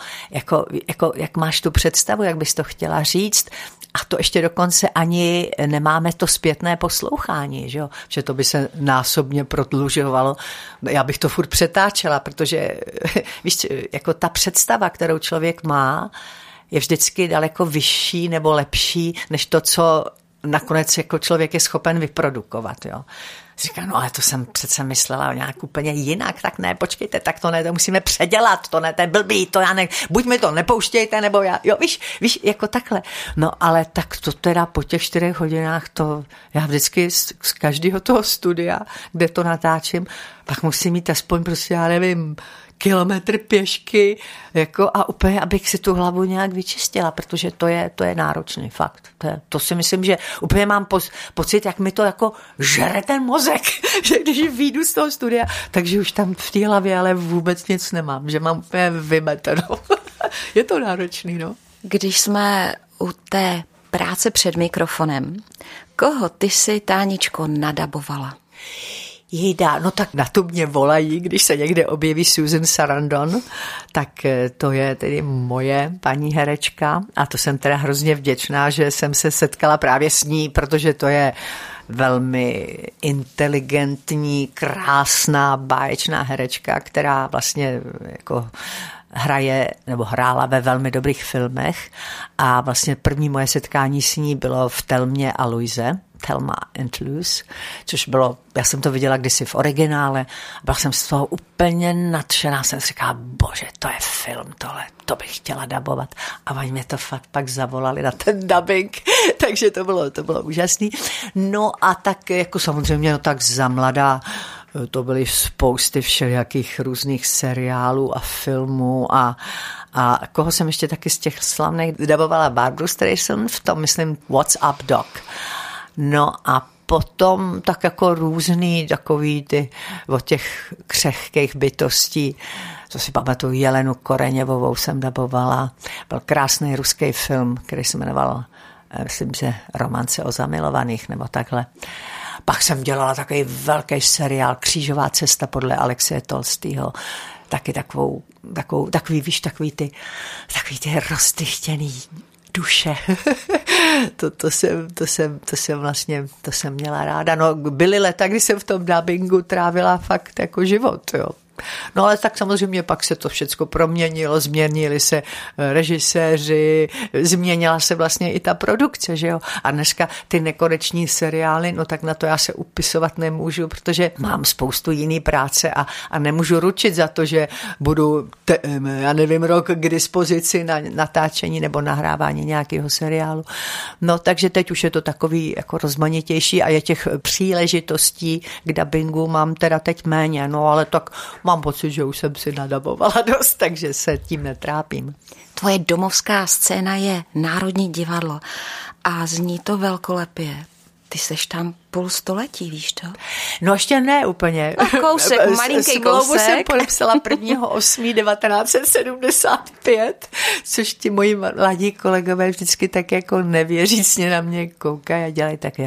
jak máš tu představu, jak bys to chtěla říct, a to ještě dokonce ani nemáme to zpětné poslouchání, že to by se násobně prodlužovalo. Já bych to furt přetáčela, protože víš, jako ta představa, kterou člověk má, je vždycky daleko vyšší nebo lepší, než to, co nakonec jako člověk je schopen vyprodukovat. Jo. Říká, no ale to jsem přece myslela nějak úplně jinak, tak ne, počkejte, tak to ne, to musíme předělat, to ne, to je blbý, to já ne, buď mi to nepouštějte, nebo já, jo, víš, jako takhle. No ale tak to teda po těch 4 hodinách, to já vždycky z každého toho studia, kde to natáčím, pak musím mít aspoň prostě, já nevím, kilometr pěšky, jako a úplně, abych si tu hlavu nějak vyčistila, protože to je náročný fakt. To si myslím, že úplně mám pocit, jak mi to jako žere ten mozek, že když vyjdu z toho studia, takže už tam v té hlavě ale vůbec nic nemám, že mám úplně vymetenou. Je to náročný, no. Když jsme u té práce před mikrofonem, koho ty si, Táničko, nadabovala? Jída, no tak na to mě volají, když se někde objeví Susan Sarandon, tak to je tedy moje paní herečka a to jsem teda hrozně vděčná, že jsem se setkala právě s ní, protože to je velmi inteligentní, krásná, báječná herečka, která vlastně jako hraje nebo hrála ve velmi dobrých filmech a vlastně první moje setkání s ní bylo v Thelmě a Louise, Thelma and Louise, což bylo, já jsem to viděla kdysi v originále, byla jsem z toho úplně nadšená, jsem si říkala, bože, to je film tohle, to bych chtěla dabovat a oni mě to fakt pak zavolali na ten dubbing, takže to bylo úžasný. No a tak jako samozřejmě, no tak za mladá, to byly spousty všelijakých různých seriálů a filmů a koho jsem ještě taky z těch slavných dabovala Barbru Streisand v tom, myslím, What's Up Doc. No a potom tak jako různý takový ty od těch křehkých bytostí, co si pamatuju, Jelenu Koreněvovou jsem dabovala. Byl krásný ruský film, který se jmenoval, myslím, že Romance o zamilovaných nebo takhle. Pak jsem dělala takový velký seriál Křížová cesta podle Alexeje Tolstýho. Taky takovou takový ty roztychtěný duše. to jsem měla ráda. No, byly léta, kdy jsem v tom dabingu trávila fakt jako život, jo. No ale tak samozřejmě pak se to všecko proměnilo, změnili se režiséři, změnila se vlastně i ta produkce, že jo. A dneska ty nekoneční seriály, no tak na to já se upisovat nemůžu, protože mám spoustu jiný práce a nemůžu ručit za to, že budu, rok k dispozici na natáčení nebo nahrávání nějakého seriálu. No takže teď už je to takový jako rozmanitější a je těch příležitostí k dabingu mám teda teď méně, no ale tak mám pocit, že už jsem si nadabovala dost, takže se tím netrápím. Tvoje domovská scéna je Národní divadlo a zní to velkolepě. Ty seš tam půl století, víš to? No ještě ne úplně. No, kousek, malinký kousek. Jsem podepsala 1.8.1975, což ti moji mladí kolegové vždycky tak jako nevěřícně na mě koukají a dělají tak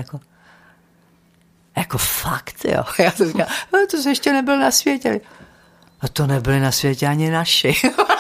jako fakt, jo. Já to říkám, to jsi ještě nebyl na světě. A to nebyli na světě ani naši.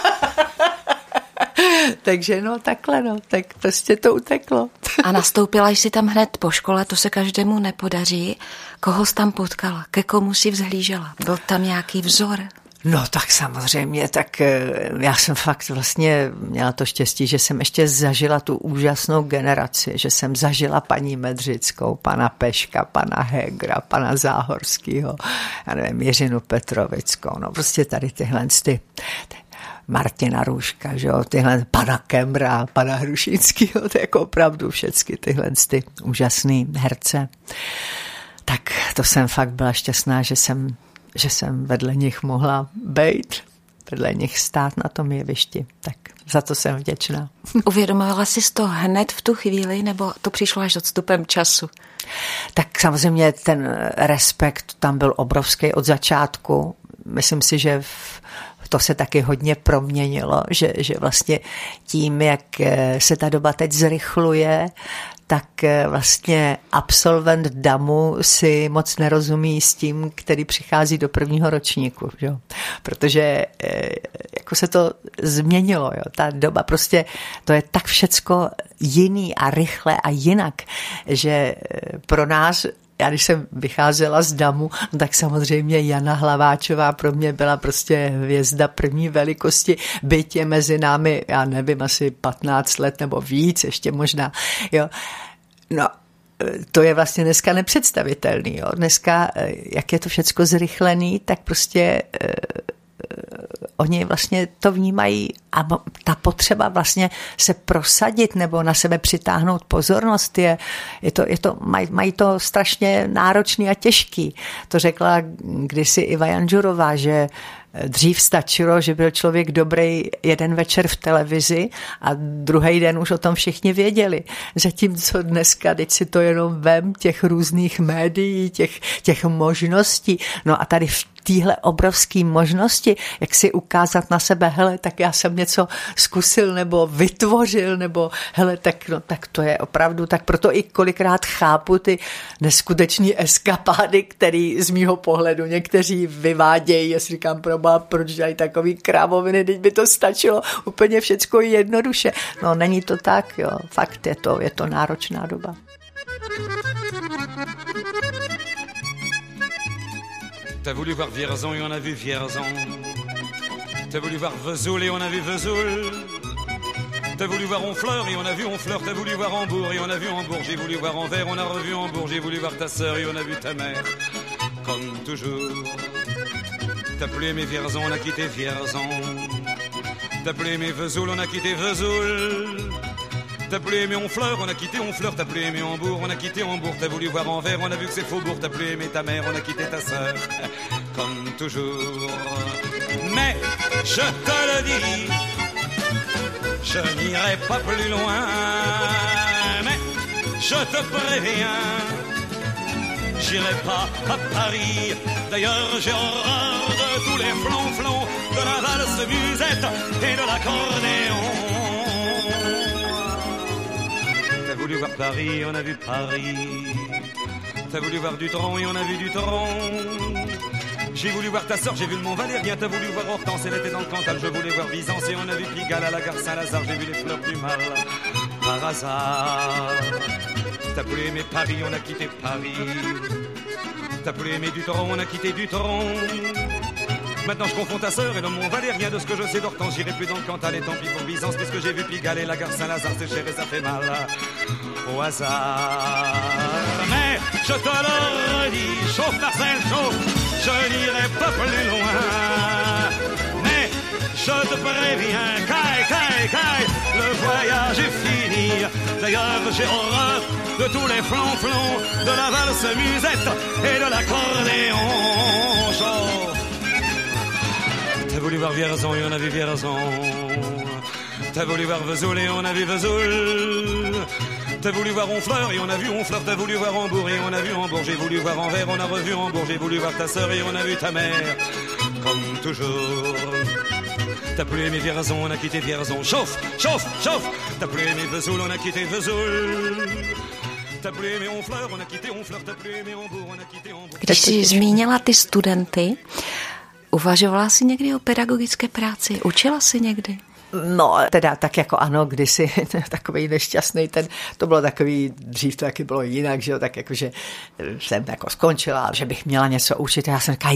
Takže no takhle, no, tak prostě to uteklo. A nastoupila jsi tam hned po škole, to se každému nepodaří. Koho jsi tam potkala? Ke komu jsi vzhlížela? Byl tam nějaký vzor? No tak samozřejmě, tak já jsem fakt vlastně měla to štěstí, že jsem ještě zažila tu úžasnou generaci, že jsem zažila paní Medřickou, pana Peška, pana Hegra, pana Záhorskýho, já nevím, Jiřinu Petrovickou, no prostě tady tyhle Martina Růžka, že jo, tyhle pana Kemra, pana Hrušínskýho, to je jako opravdu všecky tyhle ty úžasný herce. Tak to jsem fakt byla šťastná, že jsem vedle nich mohla bejt, vedle nich stát na tom jevišti. Tak za to jsem vděčná. Uvědomovala jsi to hned v tu chvíli, nebo to přišlo až odstupem času? Tak samozřejmě ten respekt tam byl obrovský od začátku. Myslím si, že to se taky hodně proměnilo, že vlastně tím, jak se ta doba teď zrychluje, tak vlastně absolvent DAMu si moc nerozumí s tím, který přichází do prvního ročníku, že? Protože jako se to změnilo, jo? Ta doba prostě, to je tak všecko jiný a rychle a jinak, že pro nás, já když jsem vycházela z DAMu, tak samozřejmě Jana Hlaváčová pro mě byla prostě hvězda první velikosti, byť je mezi námi, já nevím, asi 15 let nebo víc, ještě možná, jo. No, to je vlastně dneska nepředstavitelný, jo. Dneska, jak je to všecko zrychlený, tak prostě oni vlastně to vnímají a ta potřeba vlastně se prosadit nebo na sebe přitáhnout pozornost mají to strašně náročný a těžký. To řekla kdysi Iva Janžurová, že dřív stačilo, že byl člověk dobrý jeden večer v televizi a druhý den už o tom všichni věděli. Zatímco dneska, teď si to jenom vem, těch různých médií, těch možností. No a tady v téhle obrovské možnosti, jak si ukázat na sebe, hele, tak já jsem něco zkusil nebo vytvořil, nebo hele, tak to je opravdu, tak proto i kolikrát chápu ty neskutečné eskapády, který z mýho pohledu někteří vyvádějí, já si říkám, proč dělají takový krávoviny, teď by to stačilo úplně všecko jednoduše. No není to tak, jo, fakt je to náročná doba. T'as voulu voir Vierzon et on a vu Vierzon. T'as voulu voir Vesoul et on a vu Vesoul. T'as voulu voir Honfleur et on a vu Honfleur. T'as voulu voir Hambourg et on a vu Hambourg. J'ai voulu voir Anvers, on a revu Hambourg. J'ai voulu voir ta sœur et on a vu ta mère. Comme toujours. T'as plus aimé Vierzon, on a quitté Vierzon. T'as plus aimé Vesoul, on a quitté Vesoul. T'as plus aimé Honfleur, on a quitté Honfleur. T'as plus aimé Hambourg, on a quitté Hambourg. T'as voulu voir Anvers, on a vu que c'est Faubourg. T'as plus aimé ta mère, on a quitté ta sœur. Comme toujours. Mais je te le dis, je n'irai pas plus loin. Mais je te préviens, j'irai pas à Paris. D'ailleurs j'ai horreur de tous les flonflons, de la valse musette et de l'accordéon. T'as voulu voir Paris, on a vu Paris. T'as voulu voir Dutronc et on a vu Dutronc. J'ai voulu voir ta sœur, j'ai vu le Mont Valérien, t'as voulu voir Hortense, elle était dans le Cantal, je voulais voir Byzance et on a vu Pigalle à la gare Saint-Lazare, j'ai vu les fleurs du mal par hasard. T'as voulu aimer Paris, on a quitté Paris. T'as voulu aimer du Toron, on a quitté du Toron. Maintenant je confonds ta sœur et le Mont Valérien, de ce que je sais d'Hortense, j'irai plus dans le Cantal et tant pis pour Byzance, puisque j'ai vu Pigalle et la gare Saint-Lazare, c'est cher et ça fait mal au hasard. Mais je te le redis, chauffe Marcel, chauffe, je n'irai pas plus loin. Mais je te préviens, caille, le voyage est fini. D'ailleurs j'ai horreur de tous les flonflons, de la valse musette et de l'accordéon. Chauffe. T'as voulu voir Vierzon et on a vu Vierzon. T'as voulu voir Vesoul et on a vu Vesoul. T'as voulu voir Honfleur et on a vu Honfleur. T'as voulu voir Hambourg et on a vu Hambourg. J'ai voulu voir Anvers, on a revu Hambourg. J'ai voulu voir ta sœur et on a vu ta mère. Comme toujours. T'as plus aimé Vierzon, on a quitté Vierzon. Chauffe. T'as plus aimé Vesoul, on a quitté Vesoul. T'as plus aimé Honfleur, on a quitté Honfleur. T'as plus aimé Hambourg, on a quitté Hambourg. Když jsi zmínila ty studenty, uvažovala jsi někdy o pedagogické práci? Učila jsi někdy? No, teda tak jako ano, kdysi takovej nešťastný to bylo takový, dřív to taky bylo jinak, že jo, tak jakože jsem jako skončila, že bych měla něco učit, já jsem říkala,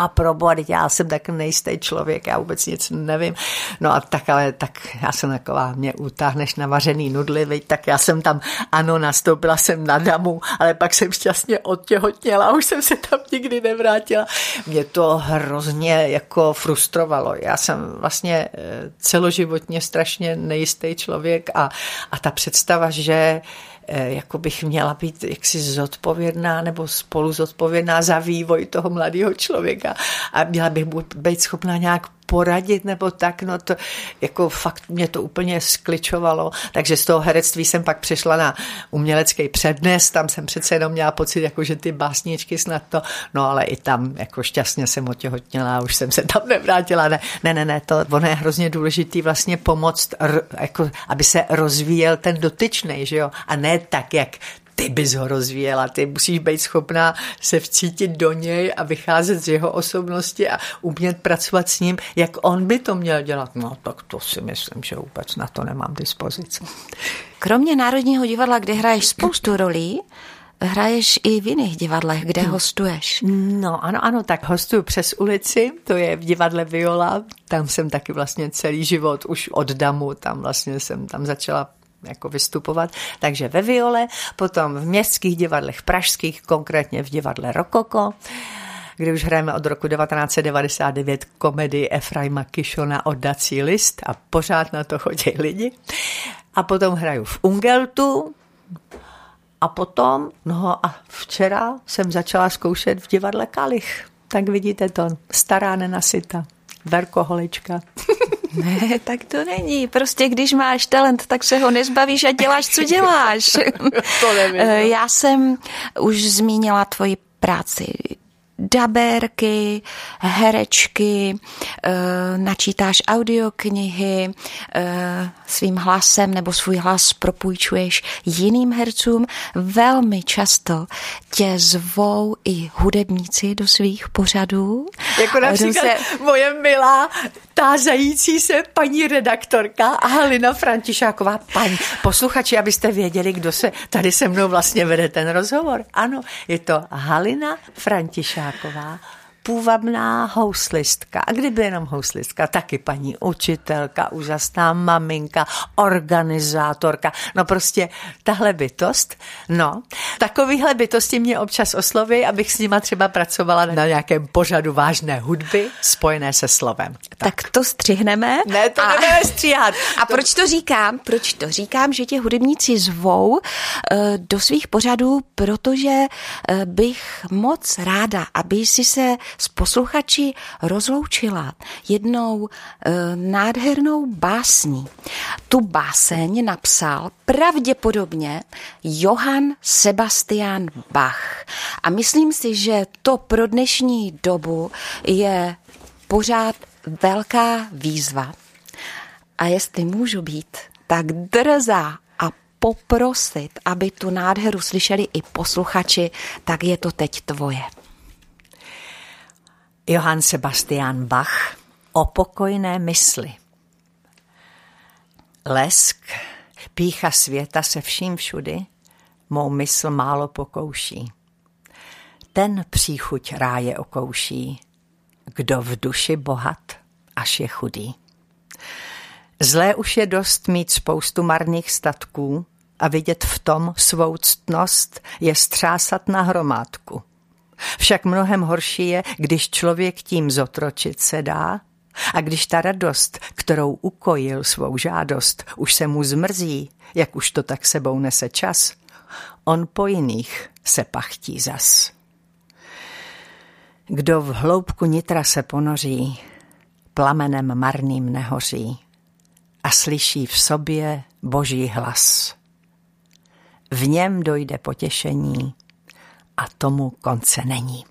já jsem tak nejistý člověk, já vůbec nic nevím, no a tak, ale tak já jsem taková, mě utáhneš na vařený nudly, viď, tak já jsem tam, ano, nastoupila jsem na damu, ale pak jsem šťastně odtěhotněla a už jsem se tam nikdy nevrátila. Mě to hrozně jako frustrovalo, já jsem vlastně celoživotně strašně nejistý člověk a ta představa, že jako bych měla být jaksi zodpovědná nebo spolu zodpovědná za vývoj toho mladého člověka a měla bych být schopná nějak poradit nebo tak, no to jako fakt mě to úplně skličovalo, takže z toho herectví jsem pak přešla na umělecký přednes, tam jsem přece jenom měla pocit, jako že ty básničky snad to, no ale i tam jako šťastně jsem otěhotněla a už jsem se tam nevrátila, ne, to ono je hrozně důležitý vlastně pomoct, jako aby se rozvíjel ten dotyčnej, že jo, a ne tak, jak ty bys ho rozvíjela, ty musíš být schopná se vcítit do něj a vycházet z jeho osobnosti a umět pracovat s ním, jak on by to měl dělat. No tak to si myslím, že vůbec na to nemám dispozici. Kromě Národního divadla, kde hraješ spoustu rolí, hraješ i v jiných divadlech, kde hostuješ. No ano, tak hostuju Přes ulici, to je v divadle Viola, tam jsem taky vlastně celý život už od damu, tam vlastně jsem tam začala jako vystupovat, takže ve Viole, potom v městských divadlech pražských, konkrétně v divadle Rokoko, kde už hrajeme od roku 1999 komedii Efraima Kishona Oddací list a pořád na to chodí lidi. A potom hraju v Ungeltu a potom, no a včera jsem začala zkoušet v divadle Kalich. Tak vidíte to, stará nenasyta, verkoholička. Ne, tak to není. Prostě když máš talent, tak se ho nezbavíš a děláš, co děláš. To nevím. Já jsem už zmínila tvoji práci dabérky, herečky, načítáš audioknihy, svým hlasem nebo svůj hlas propůjčuješ jiným hercům. Velmi často tě zvou i hudebníci do svých pořadů. Jako například moje milá tázající se paní redaktorka Halina Františáková. Paní posluchači, abyste věděli, kdo se tady se mnou vlastně vede ten rozhovor. Ano, je to Halina Františáková, půvabná houslistka. A kdyby jenom houslistka, taky paní učitelka, úžasná maminka, organizátorka. No prostě tahle bytost, no. Takovýhle bytosti mě občas osloví, abych s nima třeba pracovala na nějakém pořadu vážné hudby spojené se slovem. Tak to střihneme. Ne, to nebudeme stříhat. A proč to říkám? Proč to říkám, že tě hudebníci zvou do svých pořadů, protože bych moc ráda, aby si se s posluchači rozloučila jednou nádhernou básní. Tu báseň napsal pravděpodobně Johann Sebastian Bach. A myslím si, že to pro dnešní dobu je pořád velká výzva. A jestli můžu být tak drzá a poprosit, aby tu nádheru slyšeli i posluchači, tak je to teď tvoje. Johann Sebastian Bach o pokojné mysli. Lesk, pýcha světa se vším všudy, mou mysl málo pokouší. Ten příchuť ráje okouší, kdo v duši bohat, až je chudý. Zlé už je dost mít spoustu marných statků a vidět v tom svou ctnost je střásat na hromádku. Však mnohem horší je, když člověk tím zotročit se dá a když ta radost, kterou ukojil svou žádost, už se mu zmrzí, jak už to tak sebou nese čas, on po jiných se pachtí zas. Kdo v hloubku nitra se ponoří, plamenem marným nehoří a slyší v sobě Boží hlas. V něm dojde potěšení a tomu konce není.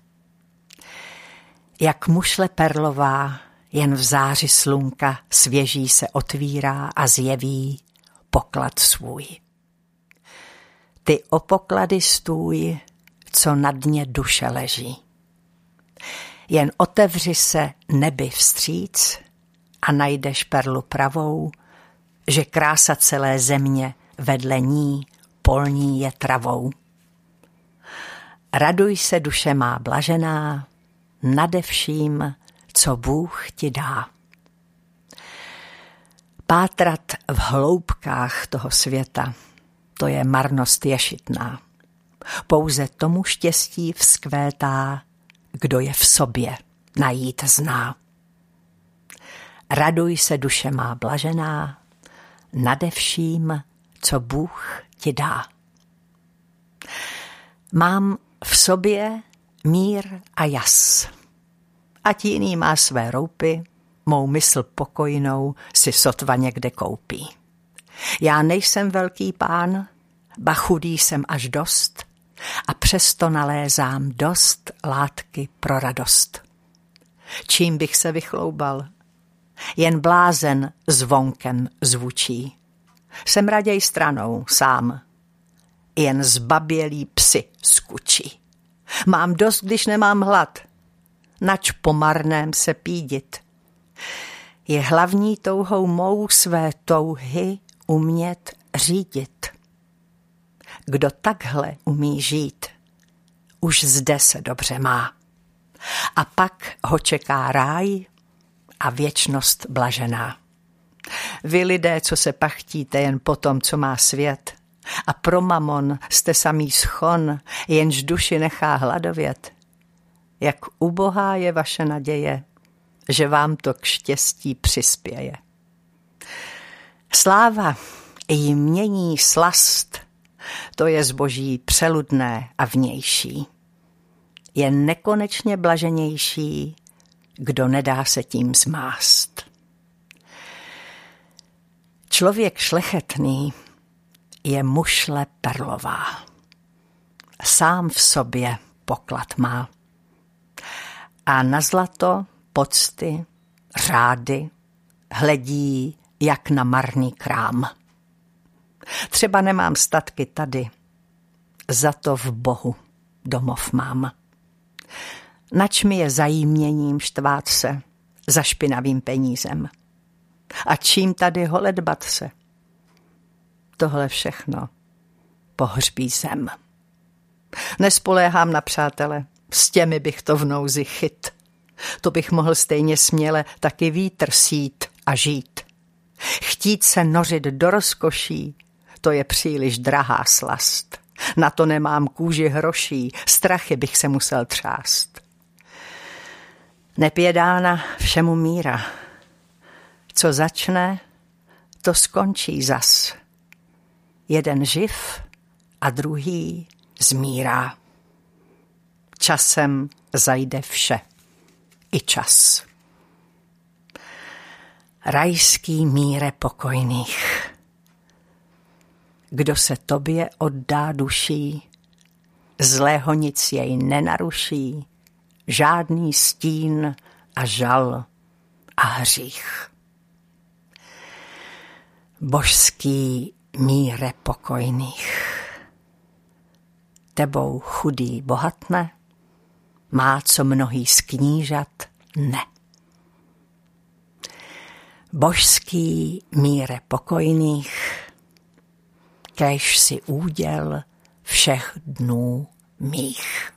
Jak mušle perlová, jen v záři slunka svěží se otvírá a zjeví poklad svůj. Ty o poklady stůj, co na dně duše leží. Jen otevři se nebi vstříc a najdeš perlu pravou, že krása celé země vedle ní polní je travou. Raduj se, duše má blažená, nade vším, co Bůh ti dá. Pátrat v hloubkách toho světa, to je marnost ješitná. Pouze tomu štěstí vzkvétá, kdo je v sobě najít zná. Raduj se, duše má blažená, nade vším, co Bůh ti dá. Mám v sobě mír a jas. Ať jiný má své roupy, mou mysl pokojnou si sotva někde koupí. Já nejsem velký pán, ba chudý jsem až dost a přesto nalézám dost látky pro radost. Čím bych se vychloubal? Jen blázen zvonkem zvučí. Jsem raději stranou sám, jen zbabělí psi skučí. Mám dost, když nemám hlad, nač po marném se pídit. Je hlavní touhou mou své touhy umět řídit. Kdo takhle umí žít, už zde se dobře má. A pak ho čeká ráj a věčnost blažená. Vy lidé, co se pachtíte jen po tom, co má svět, a pro mamon jste samý schon, jenž duši nechá hladovět. Jak ubohá je vaše naděje, že vám to k štěstí přispěje. Sláva i mění slast, to je zboží přeludné a vnější. Je nekonečně blaženější, kdo nedá se tím zmást. Člověk šlechetný je mušle perlová. Sám v sobě poklad má. A na zlato, pocty, řády hledí jak na marný krám. Třeba nemám statky tady, za to v Bohu domov mám. Nač mi je zajíměním štvát se za špinavým penízem. A čím tady holedbat se? Tohle všechno pohřbí zem. Nespoléhám na přátele, s těmi bych to v nouzi chyt. To bych mohl stejně směle taky vítr sít a žít. Chtít se nořit do rozkoší, to je příliš drahá slast. Na to nemám kůži hroší, strachy bych se musel třást. Nepědána všemu míra. Co začne, to skončí zas. Jeden živ a druhý zmírá. Časem zajde vše, i čas. Rajský míre pokojných. Kdo se tobě oddá duší, zlého nic jej nenaruší, žádný stín a žal a hřích. Božský míre pokojných. Tebou chudý bohatne, má co mnohý z knížat dne. Božský míre pokojných, kéž si úděl všech dnů mých.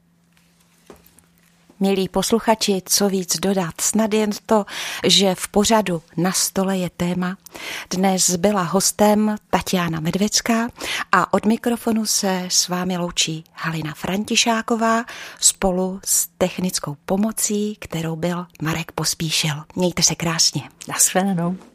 Milí posluchači, co víc dodat? Snad jen to, že v pořadu Na stole je téma. Dnes byla hostem Tatiana Medvecká a od mikrofonu se s vámi loučí Halina Františáková spolu s technickou pomocí, kterou byl Marek Pospíšil. Mějte se krásně. Naschledanou.